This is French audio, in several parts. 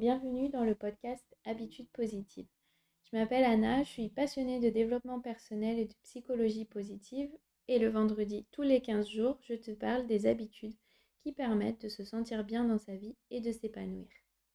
bienvenue dans le podcast Habitudes positives. Je m'appelle Anna, je suis passionnée de développement personnel et de psychologie positive et le vendredi, tous les 15 jours, je te parle des habitudes qui permettent de se sentir bien dans sa vie et de s'épanouir.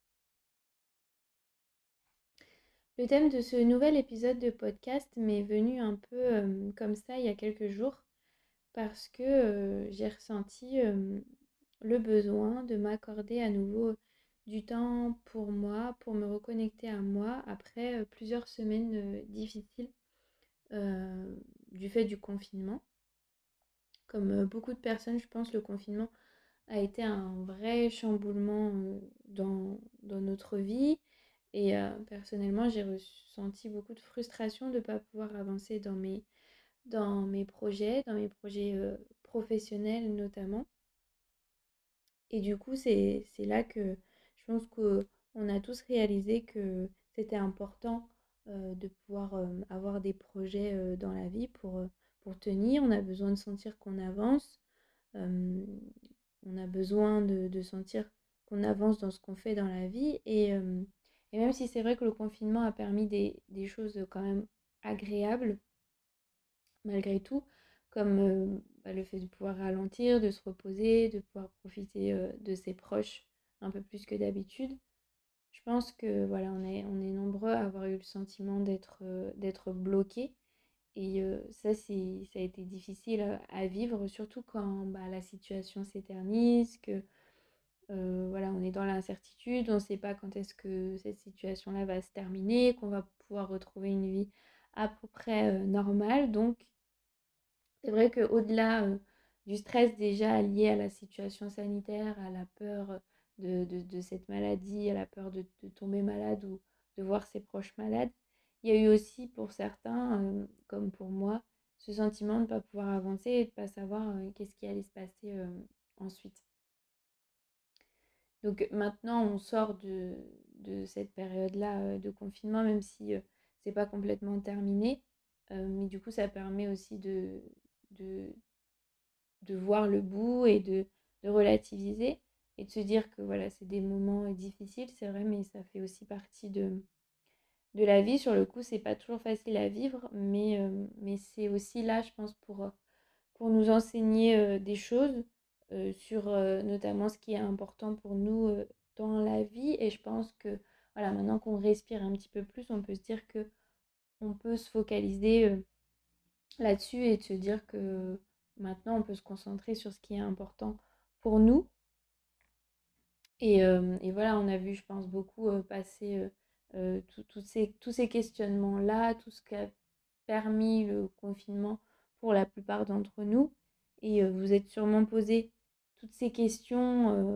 Le thème de ce nouvel épisode de podcast m'est venu un peu comme ça il y a quelques jours parce que j'ai ressenti le besoin de m'accorder à nouveau du temps pour moi, pour me reconnecter à moi après plusieurs semaines difficiles euh, du fait du confinement. Comme beaucoup de personnes, je pense, le confinement a été un vrai chamboulement dans notre vie. Et personnellement, j'ai ressenti beaucoup de frustration de ne pas pouvoir avancer dans mes projets professionnels notamment. Et du coup, c'est là que je pense qu'on a tous réalisé que c'était important de pouvoir avoir des projets dans la vie pour tenir. On a besoin de sentir qu'on avance. euh, on a besoin de sentir qu'on avance dans ce qu'on fait dans la vie. Et même si c'est vrai que le confinement a permis des choses quand même agréables, malgré tout, comme le fait de pouvoir ralentir, de se reposer, de pouvoir profiter de ses proches un peu plus que d'habitude. Je pense que voilà, on est nombreux à avoir eu le sentiment d'être bloqués. Et ça a été difficile à vivre, surtout quand la situation s'éternise, que voilà, on est dans l'incertitude, on ne sait pas quand est-ce que cette situation-là va se terminer, qu'on va pouvoir retrouver une vie à peu près normale. Donc, c'est vrai qu'au-delà du stress déjà lié à la situation sanitaire, à la peur de cette maladie, à la peur de tomber malade ou de voir ses proches malades, il y a eu aussi pour certains, comme pour moi, ce sentiment de ne pas pouvoir avancer et de ne pas savoir qu'est-ce qui allait se passer ensuite. Donc maintenant, on sort de cette période-là de confinement, même si c'est pas complètement terminé. Mais du coup, ça permet aussi de, de voir le bout et de relativiser et de se dire que voilà, c'est des moments difficiles, c'est vrai, mais ça fait aussi partie de la vie. Sur le coup, c'est pas toujours facile à vivre, mais c'est aussi là, je pense, pour nous enseigner des choses sur notamment ce qui est important pour nous dans la vie. Et je pense que voilà, maintenant qu'on respire un petit peu plus, on peut se dire que on peut se focaliser là-dessus et de se dire que maintenant on peut se concentrer sur ce qui est important pour nous. Et voilà, on a vu, je pense, beaucoup passer tous ces questionnements-là, tout ce qu'a permis le confinement pour la plupart d'entre nous. Et vous êtes sûrement posé toutes ces questions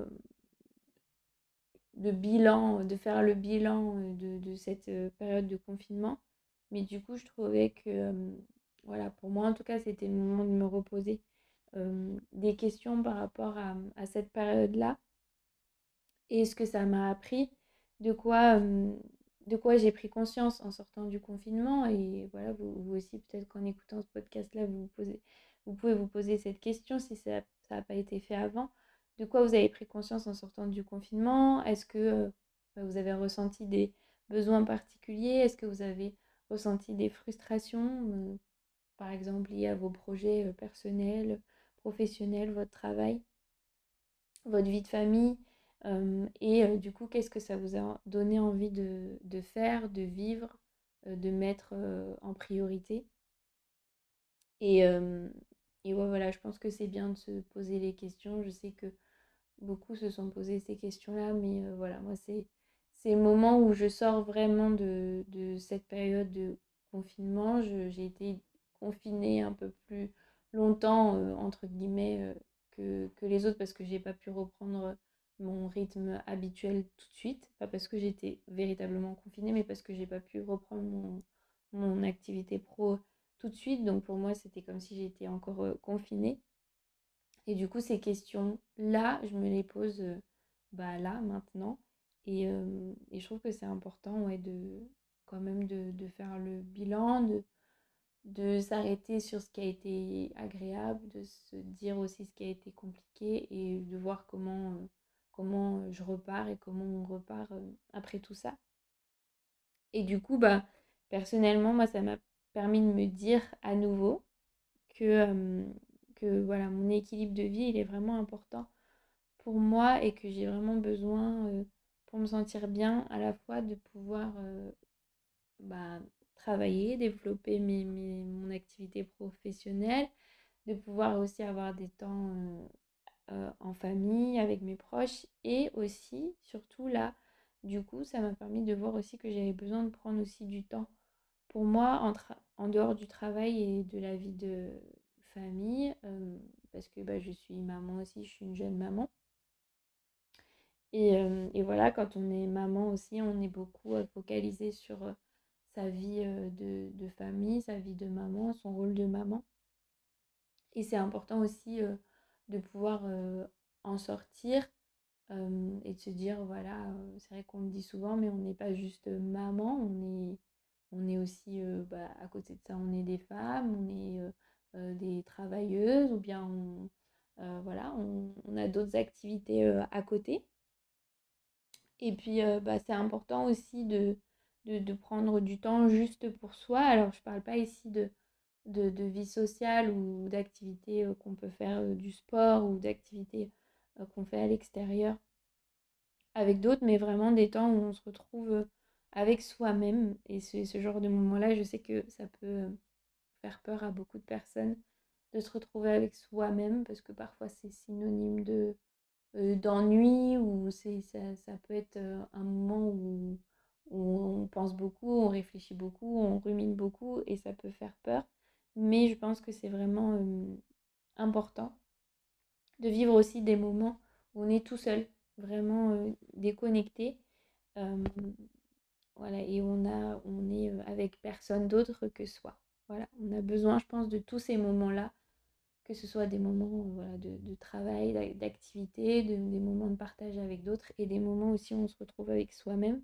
de bilan, de faire le bilan de cette période de confinement. Mais du coup, je trouvais que, voilà, pour moi en tout cas, c'était le moment de me reposer des questions par rapport à cette période-là et ce que ça m'a appris, de quoi, de quoi j'ai pris conscience en sortant du confinement. Et voilà, vous aussi, peut-être qu'en écoutant ce podcast-là, vous pouvez vous poser cette question si ça n'a pas été fait avant. De quoi vous avez pris conscience en sortant du confinement? Est-ce que vous avez ressenti des besoins particuliers? Est-ce que vous avez ressenti des frustrations, par exemple liées à vos projets personnels, professionnels, votre travail, votre vie de famille? Et du coup, qu'est-ce que ça vous a donné envie de faire, de vivre, de mettre en priorité? Et, euh, et ouais, voilà, je pense que c'est bien de se poser les questions. Je sais que beaucoup se sont posés ces questions-là, mais voilà, moi, c'est le moment où je sors vraiment de cette période de confinement. J'ai été confinée un peu plus longtemps, entre guillemets, que les autres parce que j'ai pas pu reprendre mon rythme habituel tout de suite. Pas parce que j'étais véritablement confinée, mais parce que j'ai pas pu reprendre mon activité pro tout de suite. Donc pour moi, c'était comme si j'étais encore confinée. Et du coup, ces questions-là, je me les pose là, maintenant. Et je trouve que c'est important ouais, quand même de faire le bilan, de s'arrêter sur ce qui a été agréable, de se dire aussi ce qui a été compliqué et de voir comment je repars et comment on repart après tout ça. Et du coup, personnellement, moi, ça m'a permis de me dire à nouveau que, que voilà, mon équilibre de vie, il est vraiment important pour moi et que j'ai vraiment besoin, pour me sentir bien, à la fois de pouvoir bah, travailler, développer mon activité professionnelle, de pouvoir aussi avoir des temps en famille, avec mes proches et aussi, surtout là, du coup, ça m'a permis de voir aussi que j'avais besoin de prendre aussi du temps pour moi en dehors du travail et de la vie de famille, parce que je suis maman aussi, je suis une jeune maman. Et voilà, quand on est maman aussi, on est beaucoup focalisé sur sa vie de famille, sa vie de maman, son rôle de maman. Et c'est important aussi de pouvoir en sortir et de se dire, voilà, c'est vrai qu'on le dit souvent, mais on n'est pas juste maman, on est aussi, à côté de ça, on est des femmes, on est des travailleuses, ou bien voilà, on a d'autres activités à côté. Et puis, c'est important aussi de prendre du temps juste pour soi. Alors, je ne parle pas ici de vie sociale ou d'activités qu'on peut faire du sport ou d'activités qu'on fait à l'extérieur avec d'autres, mais vraiment des temps où on se retrouve avec soi-même. Et ce genre de moment-là, je sais que ça peut faire peur à beaucoup de personnes de se retrouver avec soi-même parce que parfois c'est synonyme d'ennui ou ça peut être un moment où on pense beaucoup, on réfléchit beaucoup, on rumine beaucoup et ça peut faire peur. Mais je pense que c'est vraiment important de vivre aussi des moments où on est tout seul, vraiment déconnecté. euh, voilà, et on est avec personne d'autre que soi. Voilà, on a besoin, je pense, de tous ces moments-là, que ce soit des moments voilà, de travail, d'activité, des moments de partage avec d'autres et des moments aussi où on se retrouve avec soi-même.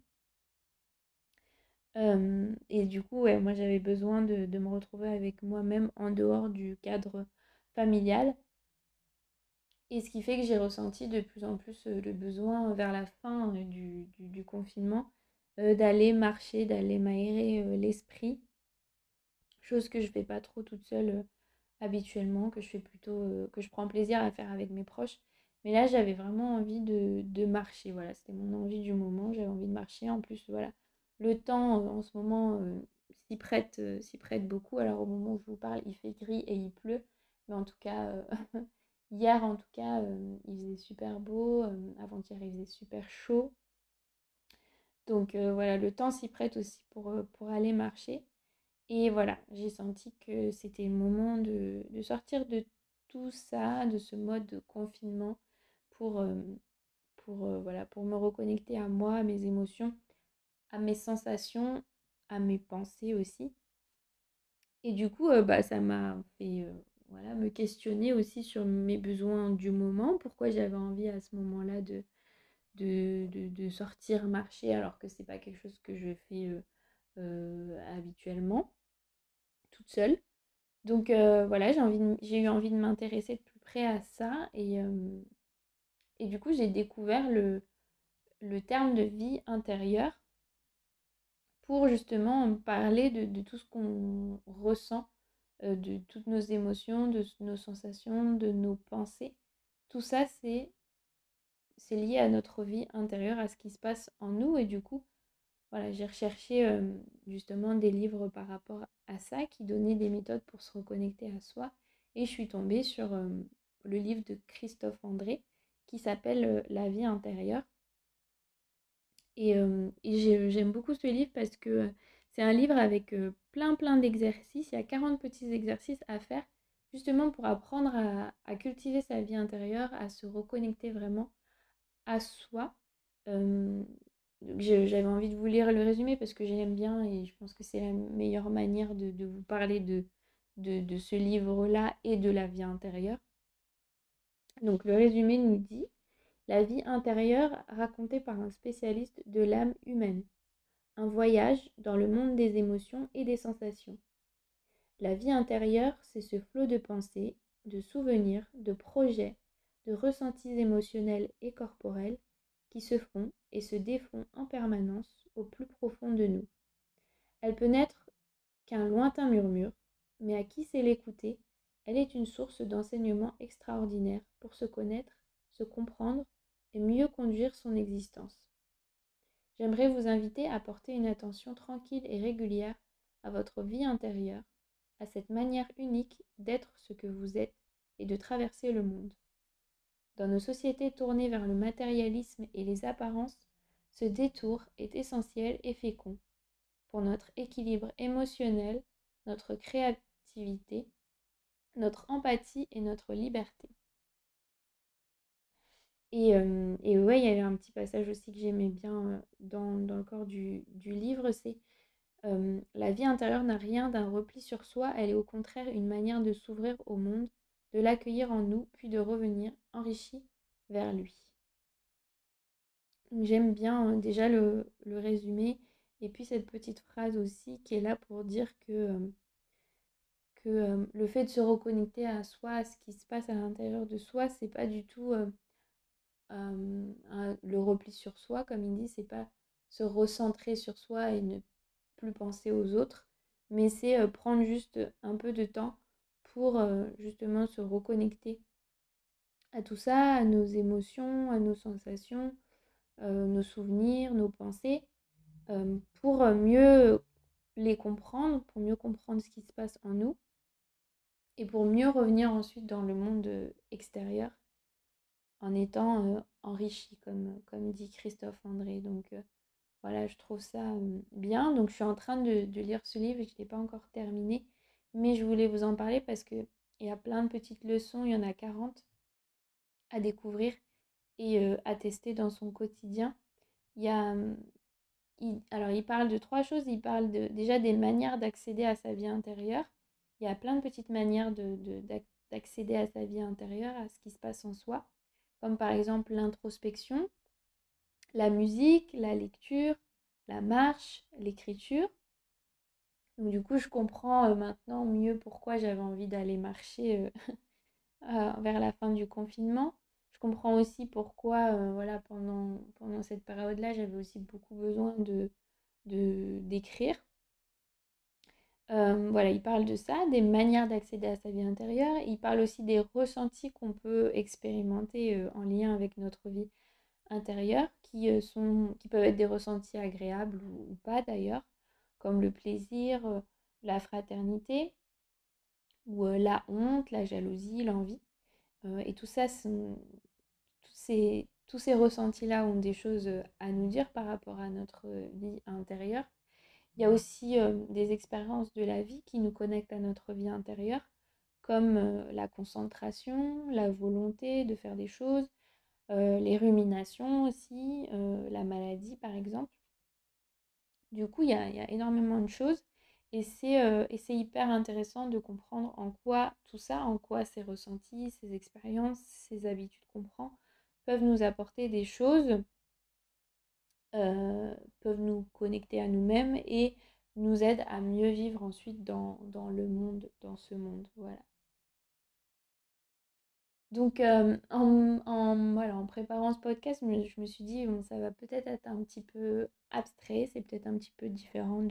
Et du coup, ouais, moi j'avais besoin de me retrouver avec moi-même en dehors du cadre familial. Et ce qui fait que j'ai ressenti de plus en plus le besoin vers la fin du confinement d'aller marcher, d'aller m'aérer l'esprit, chose que je ne fais pas trop toute seule habituellement, que je fais plutôt, que je prends plaisir à faire avec mes proches. Mais là, j'avais vraiment envie de marcher. Voilà, c'était mon envie du moment. J'avais envie de marcher. En plus, voilà, le temps en ce moment s'y prête beaucoup. Alors, au moment où je vous parle, il fait gris et il pleut. Mais en tout cas, hier, en tout cas, il faisait super beau. Avant-hier, il faisait super chaud. Donc, voilà, le temps s'y prête aussi pour aller marcher. Et voilà, j'ai senti que c'était le moment de sortir de tout ça, de ce mode de confinement pour, voilà, pour me reconnecter à moi, à mes émotions, à mes sensations, à mes pensées aussi. Et du coup, ça m'a fait voilà, me questionner aussi sur mes besoins du moment, pourquoi j'avais envie à ce moment-là de sortir marcher alors que c'est pas quelque chose que je fais habituellement, toute seule. Donc voilà, j'ai eu envie de m'intéresser de plus près à ça et du coup j'ai découvert le terme de vie intérieure pour justement parler de tout ce qu'on ressent, de toutes nos émotions, de nos sensations, de nos pensées. Tout ça, c'est lié à notre vie intérieure, à ce qui se passe en nous et du coup, voilà, j'ai recherché justement des livres par rapport à ça qui donnaient des méthodes pour se reconnecter à soi. Et je suis tombée sur le livre de Christophe André qui s'appelle La vie intérieure. Et j'aime beaucoup ce livre parce que c'est un livre avec plein d'exercices. Il y a 40 petits exercices à faire justement pour apprendre à cultiver sa vie intérieure, à se reconnecter vraiment à soi. Euh, J'avais envie de vous lire le résumé parce que j'aime bien et je pense que c'est la meilleure manière de vous parler de ce livre-là et de la vie intérieure. Donc le résumé nous dit la vie intérieure racontée par un spécialiste de l'âme humaine. Un voyage dans le monde des émotions et des sensations. La vie intérieure, c'est ce flot de pensées, de souvenirs, de projets, de ressentis émotionnels et corporels qui se font et se défont en permanence au plus profond de nous. Elle peut n'être qu'un lointain murmure, mais à qui sait l'écouter, elle est une source d'enseignement extraordinaire pour se connaître, se comprendre et mieux conduire son existence. J'aimerais vous inviter à porter une attention tranquille et régulière à votre vie intérieure, à cette manière unique d'être ce que vous êtes et de traverser le monde. Dans nos sociétés tournées vers le matérialisme et les apparences, ce détour est essentiel et fécond pour notre équilibre émotionnel, notre créativité, notre empathie et notre liberté. Et ouais, il y avait un petit passage aussi que j'aimais bien dans le corps du livre, c'est la vie intérieure n'a rien d'un repli sur soi, elle est au contraire une manière de s'ouvrir au monde, de l'accueillir en nous, puis de revenir enrichi vers lui. Donc j'aime bien déjà le résumé, et puis cette petite phrase aussi qui est là pour dire que le fait de se reconnecter à soi, à ce qui se passe à l'intérieur de soi, c'est pas du tout le repli sur soi, comme il dit, c'est pas se recentrer sur soi et ne plus penser aux autres, mais c'est prendre juste un peu de temps pour justement se reconnecter à tout ça, à nos émotions, à nos sensations, nos souvenirs, nos pensées, pour mieux les comprendre, pour mieux comprendre ce qui se passe en nous et pour mieux revenir ensuite dans le monde extérieur en étant enrichi, comme dit Christophe André. Donc voilà, je trouve ça bien. Donc je suis en train de lire ce livre et je ne l'ai pas encore terminé, mais je voulais vous en parler parce qu'il y a plein de petites leçons, il y en a 40 à découvrir et à tester dans son quotidien. Il y a, alors il parle de trois choses. Il parle déjà des manières d'accéder à sa vie intérieure. Il y a plein de petites manières d'accéder à sa vie intérieure, à ce qui se passe en soi, comme par exemple l'introspection, la musique, la lecture, la marche, l'écriture. Donc du coup, je comprends maintenant mieux pourquoi j'avais envie d'aller marcher vers la fin du confinement. Je comprends aussi pourquoi, voilà, pendant cette période-là, j'avais aussi beaucoup besoin d'écrire. Voilà, il parle de ça, des manières d'accéder à sa vie intérieure. Il parle aussi des ressentis qu'on peut expérimenter en lien avec notre vie intérieure, qui peuvent être des ressentis agréables ou pas d'ailleurs, comme le plaisir, la fraternité, ou la honte, la jalousie, l'envie. Et tout ça, tous ces ressentis-là ont des choses à nous dire par rapport à notre vie intérieure. Il y a aussi des expériences de la vie qui nous connectent à notre vie intérieure, comme la concentration, la volonté de faire des choses, les ruminations aussi, la maladie par exemple. Du coup, il y a énormément de choses et c'est hyper intéressant de comprendre en quoi tout ça, en quoi ces ressentis, ces expériences, ces habitudes qu'on prend peuvent nous apporter des choses, peuvent nous connecter à nous-mêmes et nous aident à mieux vivre ensuite dans le monde, dans ce monde. Voilà. Donc, voilà, en préparant ce podcast, je me suis dit, bon, ça va peut-être être un petit peu abstrait, c'est peut-être un petit peu différent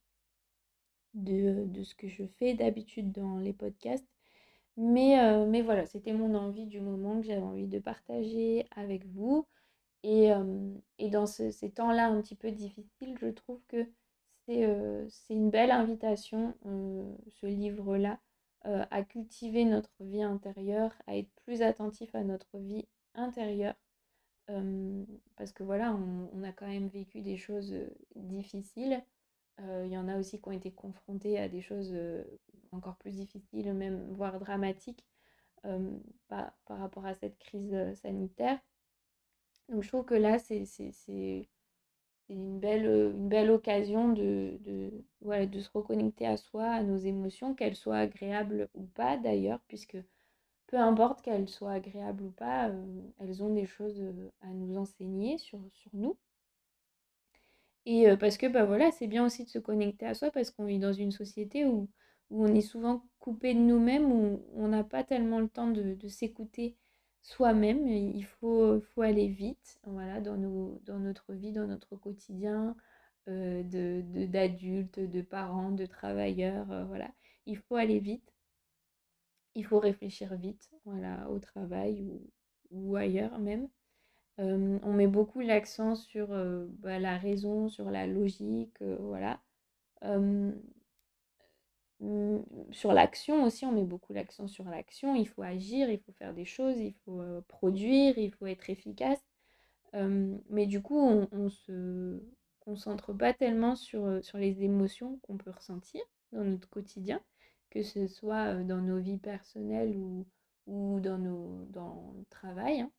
de ce que je fais d'habitude dans les podcasts. Mais voilà, c'était mon envie du moment que j'avais envie de partager avec vous. Et dans ces temps-là un petit peu difficiles, je trouve que c'est une belle invitation, ce livre-là, à cultiver notre vie intérieure, à être plus attentif à notre vie intérieure. Parce que voilà, on a quand même vécu des choses difficiles. Il y en a aussi qui ont été confrontés à des choses encore plus difficiles, même voire dramatiques, par rapport à cette crise sanitaire. Donc je trouve que là, c'est une belle occasion voilà, de se reconnecter à soi, à nos émotions, qu'elles soient agréables ou pas d'ailleurs, puisque peu importe qu'elles soient agréables ou pas, elles ont des choses à nous enseigner sur nous. Et parce que bah voilà, c'est bien aussi de se connecter à soi parce qu'on vit dans une société où on est souvent coupé de nous-mêmes, où on n'a pas tellement le temps de s'écouter soi-même. Il faut aller vite, voilà, dans notre vie, dans notre quotidien, d'adultes, de parents, de travailleurs, voilà. Il faut aller vite, il faut réfléchir vite, voilà, au travail ou ailleurs même. On met beaucoup l'accent sur la raison, sur la logique, voilà. Euh, mm, Sur l'action aussi, on met beaucoup l'accent sur l'action. Il faut agir, il faut faire des choses, il faut produire, il faut être efficace. Mais du coup, on se concentre pas tellement sur les émotions qu'on peut ressentir dans notre quotidien, que ce soit dans nos vies personnelles ou dans le travail, hein.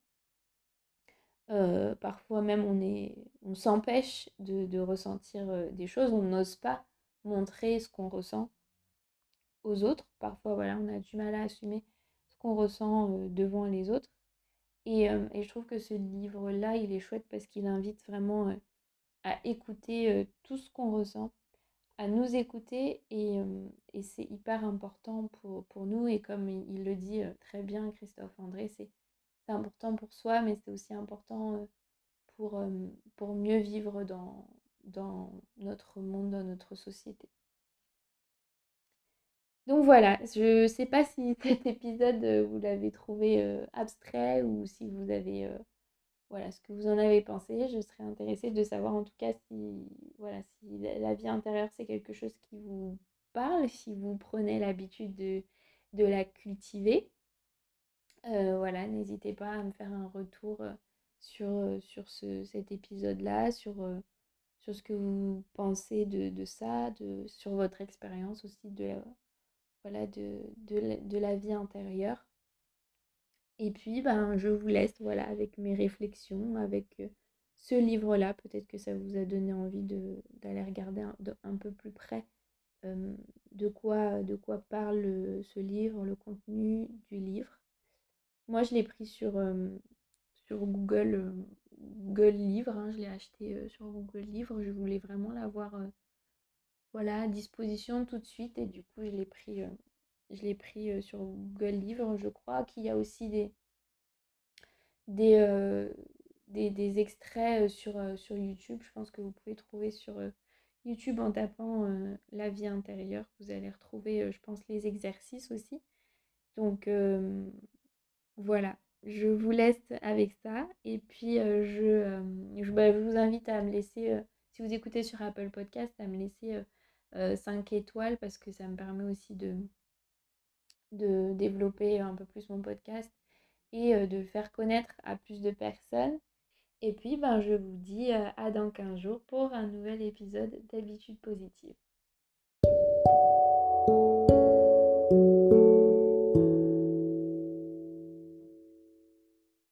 Parfois même, on s'empêche de ressentir des choses, on n'ose pas montrer ce qu'on ressent aux autres. Parfois, voilà, on a du mal à assumer ce qu'on ressent devant les autres. Et je trouve que ce livre-là, il est chouette parce qu'il invite vraiment à écouter tout ce qu'on ressent, à nous écouter. Et c'est hyper important pour nous. Et comme il le dit très bien, Christophe André, c'est important pour soi, mais c'est aussi important pour mieux vivre dans notre monde, dans notre société. Donc voilà, je ne sais pas si cet épisode, vous l'avez trouvé abstrait ou si vous avez, voilà, ce que vous en avez pensé. Je serais intéressée de savoir en tout cas si, voilà, si la vie intérieure, c'est quelque chose qui vous parle, si vous prenez l'habitude de la cultiver. Voilà, n'hésitez pas à me faire un retour sur cet épisode-là, sur ce que vous pensez de ça, sur votre expérience aussi voilà, de la vie intérieure. Et puis, ben, je vous laisse voilà, avec mes réflexions, avec ce livre-là. Peut-être que ça vous a donné envie d'aller regarder un peu plus près euh, de quoi parle ce livre, le contenu du livre. Moi, je l'ai pris sur Google Livres, hein. Je l'ai acheté sur Google Livres. Je voulais vraiment l'avoir voilà, à disposition tout de suite. Et du coup, je l'ai pris sur Google Livres. Je crois qu'il y a aussi des, euh, des extraits sur YouTube. Je pense que vous pouvez trouver sur YouTube en tapant la vie intérieure. Vous allez retrouver, je pense, les exercices aussi. Donc voilà, je vous laisse avec ça. Et puis je vous invite à me laisser, si vous écoutez sur Apple Podcast, à me laisser 5 étoiles parce que ça me permet aussi de développer un peu plus mon podcast et de le faire connaître à plus de personnes. Et puis, ben, je vous dis à dans 15 jours pour un nouvel épisode d'Habitude positive.